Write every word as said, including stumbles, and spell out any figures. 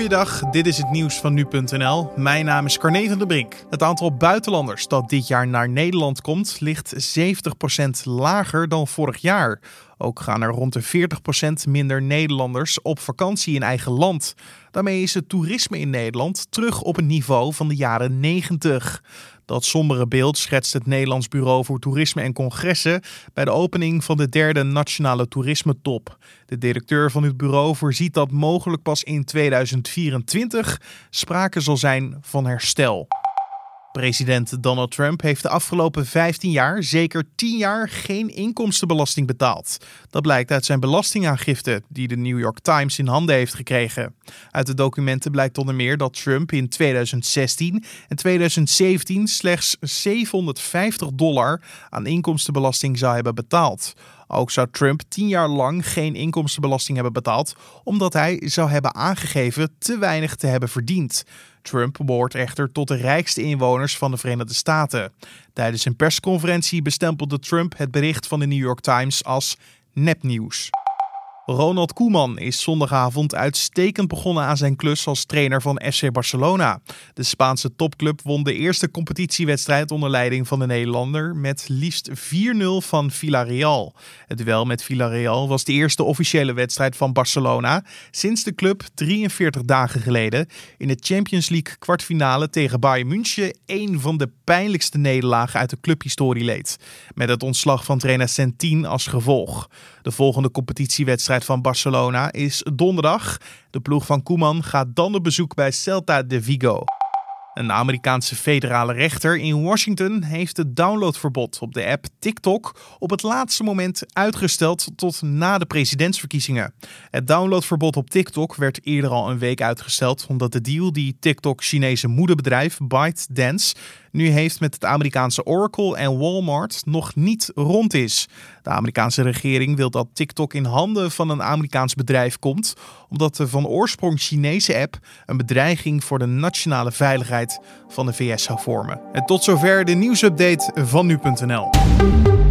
Goeiedag, dit is het nieuws van nu punt n l. Mijn naam is Carne van der Brink. Het aantal buitenlanders dat dit jaar naar Nederland komt ligt zeventig procent lager dan vorig jaar. Ook gaan er rond de veertig procent minder Nederlanders op vakantie in eigen land. Daarmee is het toerisme in Nederland terug op het niveau van de jaren negentig. Dat sombere beeld schetst het Nederlands Bureau voor Toerisme en Congressen bij de opening van de derde Nationale Toerisme-top. De directeur van het bureau voorziet dat mogelijk pas in tweeduizend vierentwintig sprake zal zijn van herstel. President Donald Trump heeft de afgelopen vijftien jaar zeker tien jaar geen inkomstenbelasting betaald. Dat blijkt uit zijn belastingaangifte die de New York Times in handen heeft gekregen. Uit de documenten blijkt onder meer dat Trump in tweeduizend zestien en tweeduizend zeventien slechts zevenhonderdvijftig dollar aan inkomstenbelasting zou hebben betaald. Ook zou Trump tien jaar lang geen inkomstenbelasting hebben betaald, omdat hij zou hebben aangegeven te weinig te hebben verdiend. Trump behoort echter tot de rijkste inwoners van de Verenigde Staten. Tijdens een persconferentie bestempelde Trump het bericht van de New York Times als nepnieuws. Ronald Koeman is zondagavond uitstekend begonnen aan zijn klus als trainer van F C Barcelona. De Spaanse topclub won de eerste competitiewedstrijd onder leiding van de Nederlander met liefst vier nul van Villarreal. Het duel met Villarreal was de eerste officiële wedstrijd van Barcelona sinds de club drieënveertig dagen geleden in de Champions League kwartfinale tegen Bayern München een van de pijnlijkste nederlagen uit de clubhistorie leed. Met het ontslag van trainer Centín als gevolg. De volgende competitiewedstrijd van Barcelona is donderdag. De ploeg van Koeman gaat dan op bezoek bij Celta de Vigo. Een Amerikaanse federale rechter in Washington heeft het downloadverbod op de app TikTok op het laatste moment uitgesteld tot na de presidentsverkiezingen. Het downloadverbod op TikTok werd eerder al een week uitgesteld omdat de deal die TikTok-Chinese moederbedrijf ByteDance nu heeft met het Amerikaanse Oracle en Walmart nog niet rond is. De Amerikaanse regering wil dat TikTok in handen van een Amerikaans bedrijf komt, omdat de van oorsprong Chinese app een bedreiging voor de nationale veiligheid van de V S zou vormen. En tot zover de nieuwsupdate van nu punt n l.